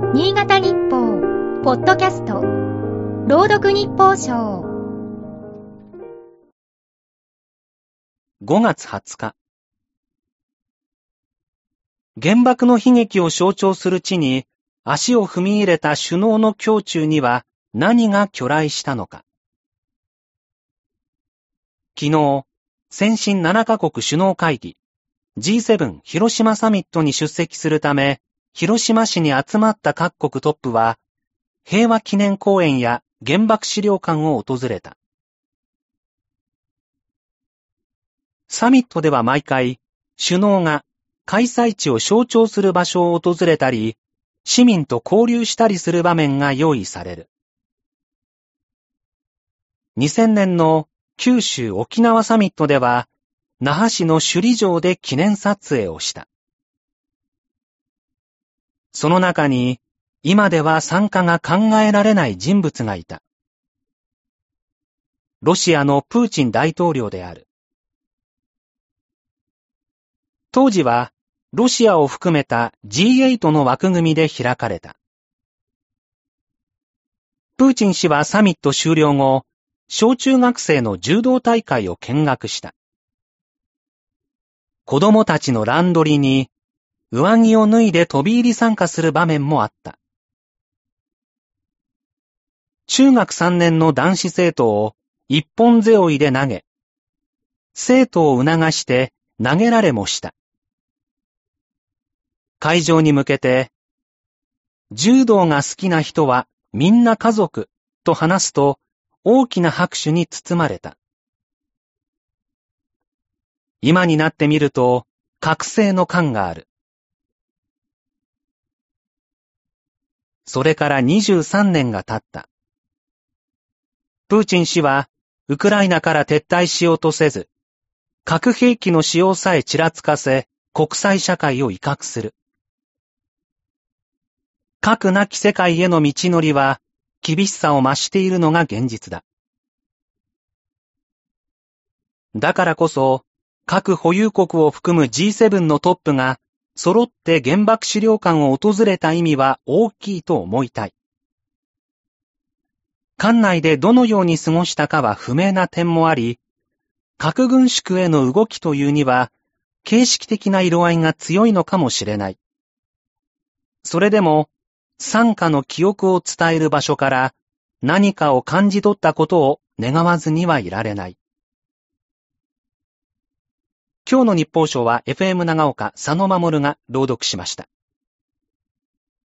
新潟日報ポッドキャスト朗読日報賞 5月20日原爆の悲劇を象徴する地に足を踏み入れた首脳の胸中には何が去来したのか。昨日、先進7カ国首脳会議 G7 広島サミットに出席するため広島市に集まった各国トップは平和記念公園や原爆資料館を訪れた。サミットでは毎回首脳が開催地を象徴する場所を訪れたり市民と交流したりする場面が用意される。2000年の九州沖縄サミットでは那覇市の首里城で記念撮影をした。その中に今では参加が考えられない人物がいた。ロシアのプーチン大統領である。当時はロシアを含めた G8 の枠組みで開かれた。プーチン氏はサミット終了後、小中学生の柔道大会を見学した。子供たちの乱取りに上着を脱いで飛び入り参加する場面もあった。中学3年の男子生徒を一本背負いで投げ、生徒を促して投げられもした。会場に向けて、柔道が好きな人はみんな家族と話すと大きな拍手に包まれた。今になってみると覚醒の感がある。それから23年が経った。プーチン氏はウクライナから撤退しようとせず、核兵器の使用さえちらつかせ国際社会を威嚇する。核なき世界への道のりは厳しさを増しているのが現実だ。だからこそ、核保有国を含む G7 のトップが揃って原爆資料館を訪れた意味は大きいと思いたい。館内でどのように過ごしたかは不明な点もあり、核軍縮への動きというには形式的な色合いが強いのかもしれない。それでも、惨禍の記憶を伝える場所から何かを感じ取ったことを願わずにはいられない。今日の日報賞は FM 長岡佐野守が朗読しました。